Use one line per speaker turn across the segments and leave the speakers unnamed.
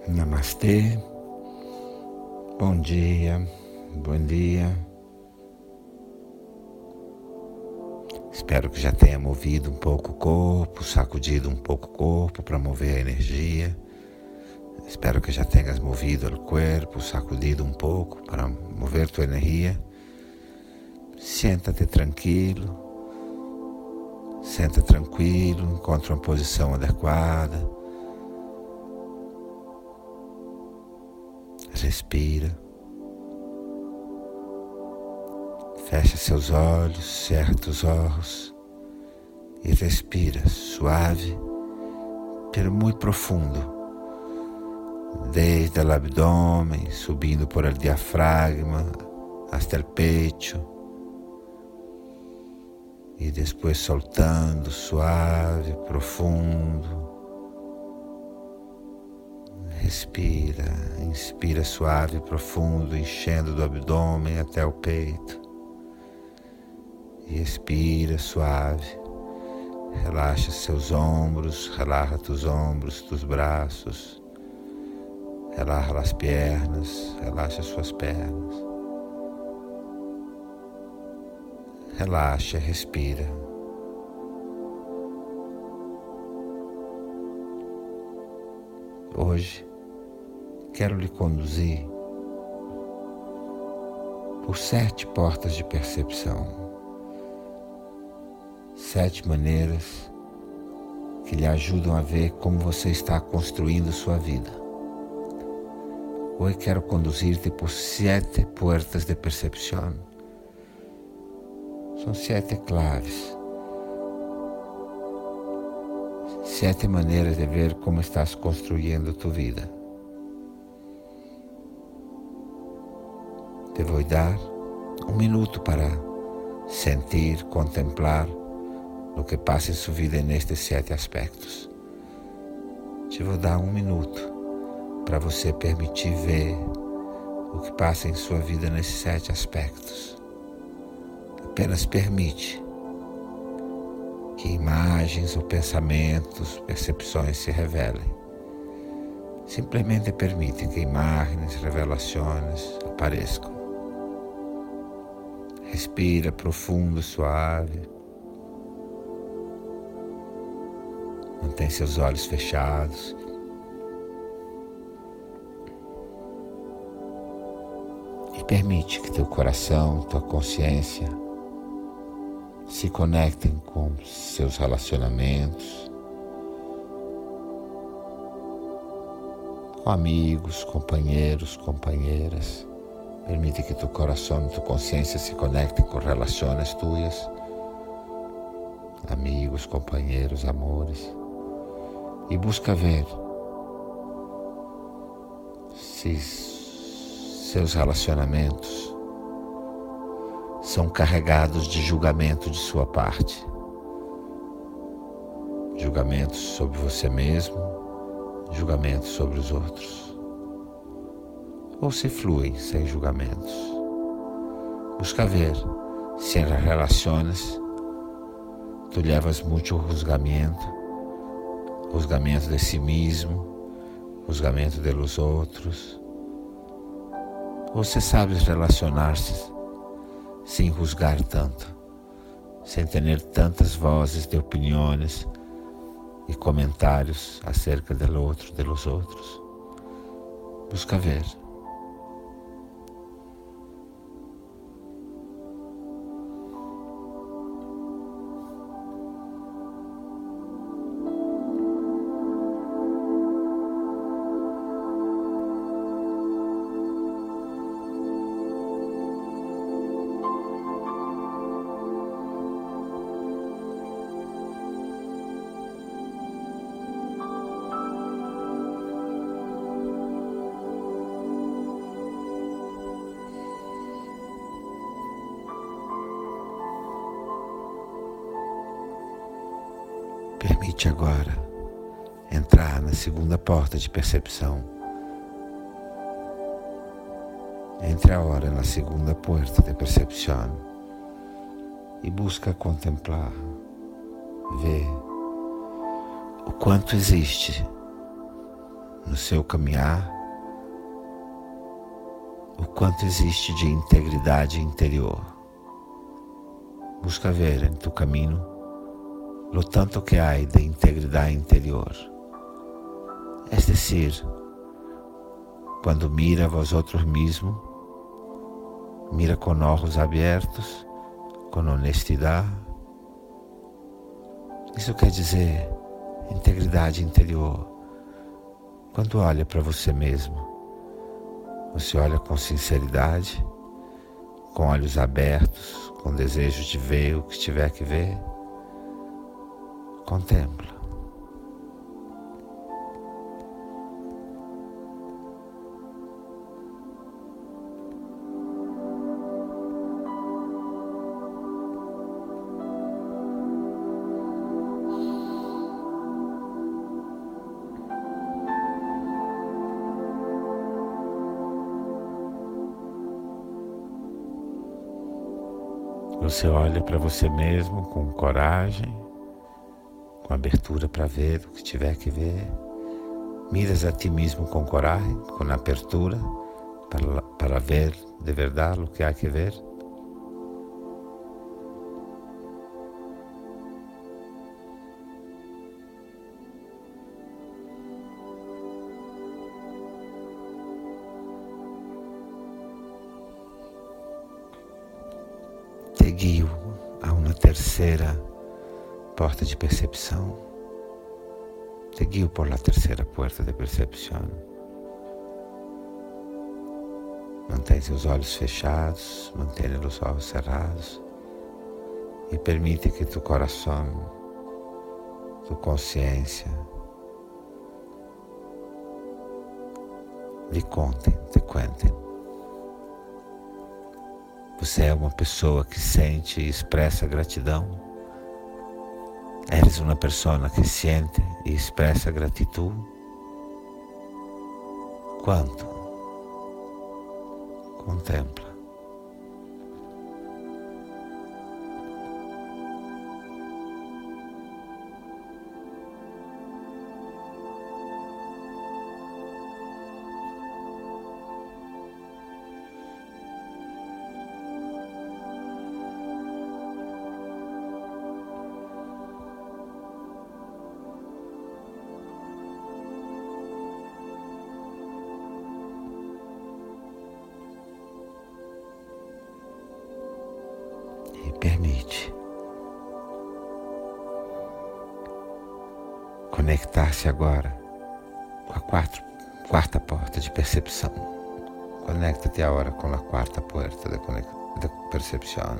Namastê, bom dia, bom dia. Espero que já tenha movido um pouco o corpo, sacudido um pouco o corpo para mover a energia. Espero que já tenhas movido o corpo, sacudido um pouco para mover tua energia. Senta-te tranquilo, senta tranquilo, encontra uma posição adequada. Respira. Fecha seus olhos, cerra os olhos e respira suave, pero muito profundo, desde o abdômen, subindo por el diafragma hasta el pecho e depois soltando suave, profundo. Respira, inspira suave e profundo, enchendo do abdômen até o peito. E expira suave. Relaxa seus ombros, relaxa tus ombros, tus braços. Relaxa as pernas, relaxa suas pernas. Relaxa, respira. Hoje quero lhe conduzir por 7 portas de percepção, 7 maneiras que lhe ajudam a ver como você está construindo sua vida. Hoje quero conduzir-te por 7 portas de percepção. São 7 claves, 7 maneiras de ver como estás construindo tu vida. Te vou dar 1 minuto para sentir, contemplar o que passa em sua vida nestes 7 aspectos. Te vou dar 1 minuto para você permitir ver o que passa em sua vida nesses 7 aspectos. Apenas permite que imagens ou pensamentos, percepções se revelem. Simplesmente permite que imagens, revelações apareçam. Respira profundo, suave. Mantém seus olhos fechados. E permite que teu coração, tua consciência se conectem com seus relacionamentos, com amigos, companheiros, companheiras. Permite que teu coração e tua consciência se conectem com relações tuas, amigos, companheiros, amores. E busca ver se seus relacionamentos são carregados de julgamento de sua parte. Julgamentos sobre você mesmo, julgamentos sobre os outros. Ou se fluem sem julgamentos. Busca ver se em relações tu levas muito julgamento de si mesmo, julgamento de los outros. Ou se sabes relacionar-se sem juzgar tanto, sem ter tantas vozes de opiniões e comentários acerca do outro, de los outros. Busca ver. Permite agora entrar na segunda porta de percepção. Entre agora na segunda porta de percepção e busca contemplar, ver o quanto existe no seu caminhar, o quanto existe de integridade interior. Busca ver em tu caminho lo tanto que há de integridade interior. Es decir, quando mira a vosotros mismos, mira com olhos abertos, com honestidade. Isso quer dizer integridade interior. Quando olha para você mesmo, você olha com sinceridade, com olhos abertos, com desejo de ver o que tiver que ver. Contempla. Você olha para você mesmo com coragem, com abertura para ver o que tiver que ver. Miras a ti mesmo com coragem, com abertura para ver de verdade o que há que ver. Te guio a uma terceira porta de percepção. Te guio por la tercera puerta de percepção. Mantém seus olhos fechados, mantém os olhos cerrados e permite que tu coração, tu consciência, te contem. Você é uma pessoa que sente e expressa gratidão? Eres uma pessoa que sente e expressa gratidão? Quanto? Contempla. E permite conectar-se agora com a quarta porta de percepção. Conecta-te agora com a quarta porta de percepção.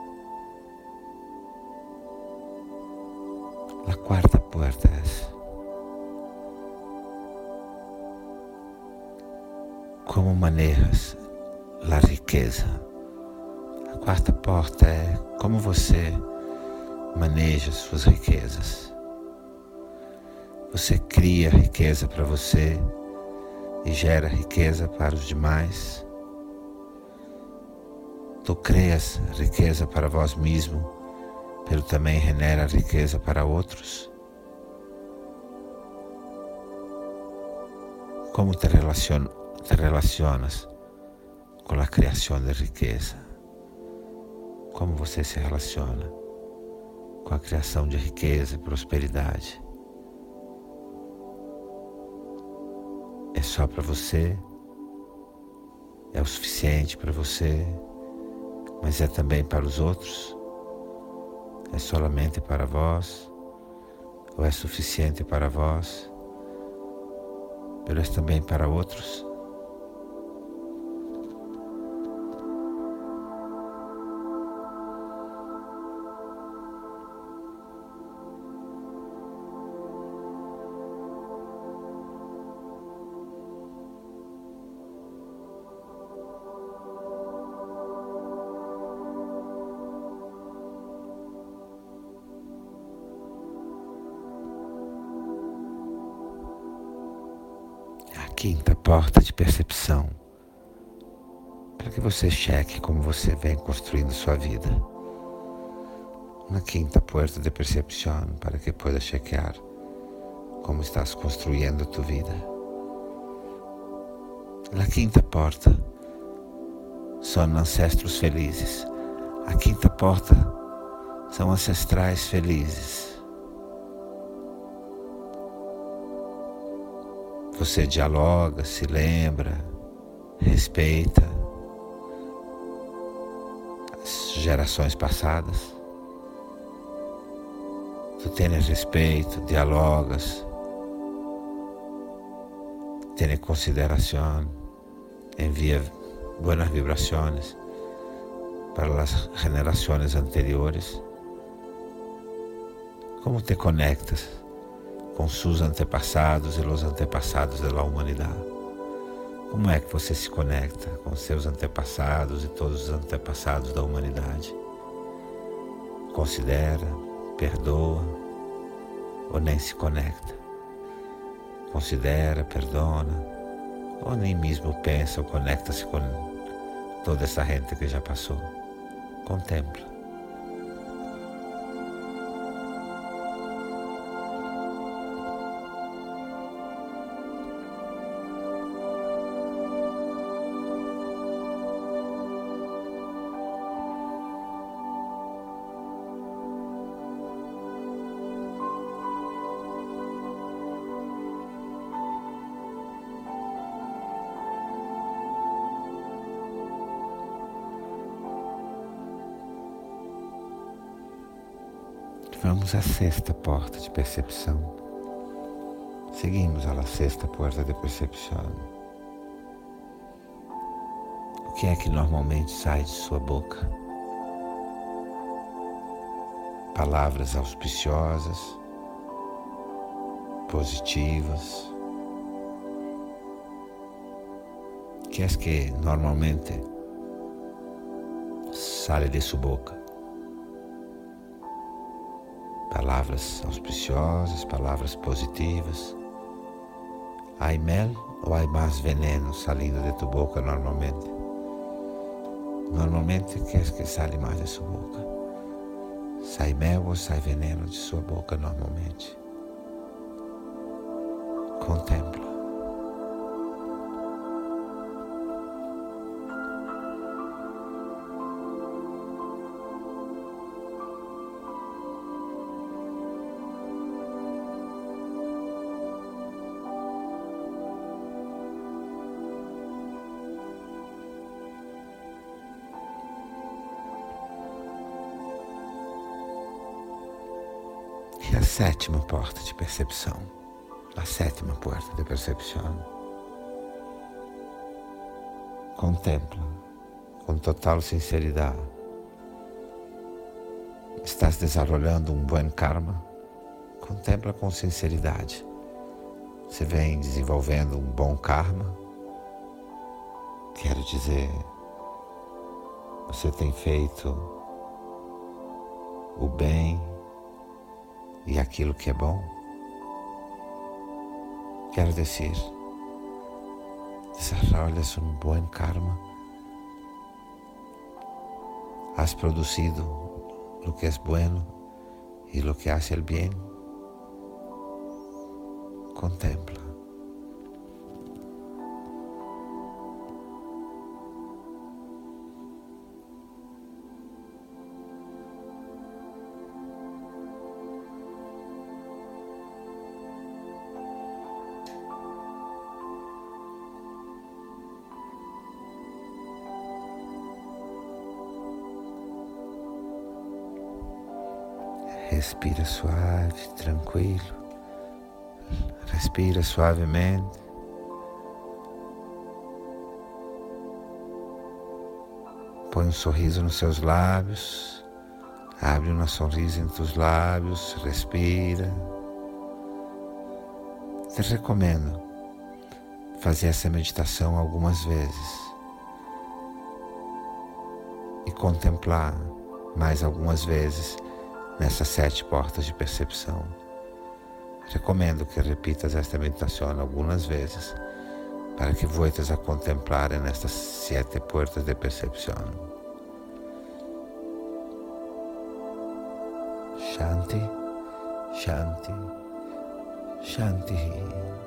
A quarta porta é como manejas a riqueza. A quarta porta é como você maneja suas riquezas. Você cria riqueza para você e gera riqueza para os demais. Tu crias riqueza para vós mesmo, pero também genera riqueza para outros. Como te relacionas com a criação de riqueza? Como você se relaciona com a criação de riqueza e prosperidade? É só para você? É o suficiente para você? Mas é também para os outros? É solamente para vós? Ou é suficiente para vós, mas é também para outros? Quinta porta de percepção, para que você cheque como você vem construindo sua vida. Uma quinta porta de percepção, para que pueda chequear como estás construindo tu vida. A quinta porta são ancestros felizes. A quinta porta são ancestrais felizes. Você dialoga, se lembra, respeita as gerações passadas. Tu tens respeito, dialogas, tens consideração, envia buenas vibrações para as gerações anteriores. Como te conectas com seus antepassados e os antepassados da humanidade? Como é que você se conecta com seus antepassados e todos os antepassados da humanidade? Considera, perdoa ou nem se conecta? Considera, perdona ou nem mesmo pensa ou conecta-se com toda essa gente que já passou? Contempla. Vamos à sexta porta de percepção. Seguimos a sexta porta de percepção. O que é que normalmente sai de sua boca? Palavras auspiciosas, positivas. O que é que normalmente sai de sua boca? Palavras auspiciosas, palavras positivas. Há mel ou há mais veneno saindo de tua boca normalmente? Normalmente, o que é que sai mais de sua boca? Sai mel ou sai veneno de sua boca normalmente? Contempla. E a sétima porta de percepção, a sétima porta de percepção. Contempla com total sinceridade. Estás desenvolvendo um bom karma? Contempla com sinceridade. Você vem desenvolvendo um bom karma? Quero dizer, você tem feito o bem e aquilo que é bom? Quero dizer, desarrollas um bom karma. Has produzido o que é bueno e o que hace el bien. Contempla. Respira suave, tranquilo. Respira suavemente. Põe um sorriso nos seus lábios. Abre uma sonrisa entre os lábios. Respira. Te recomendo fazer essa meditação algumas vezes. E contemplar mais algumas vezes nessas 7 portas de percepção. Recomendo que repitas esta meditação algumas vezes para que vueltas a contemplar nestas 7 portas de percepção. Shanti, Shanti, Shanti.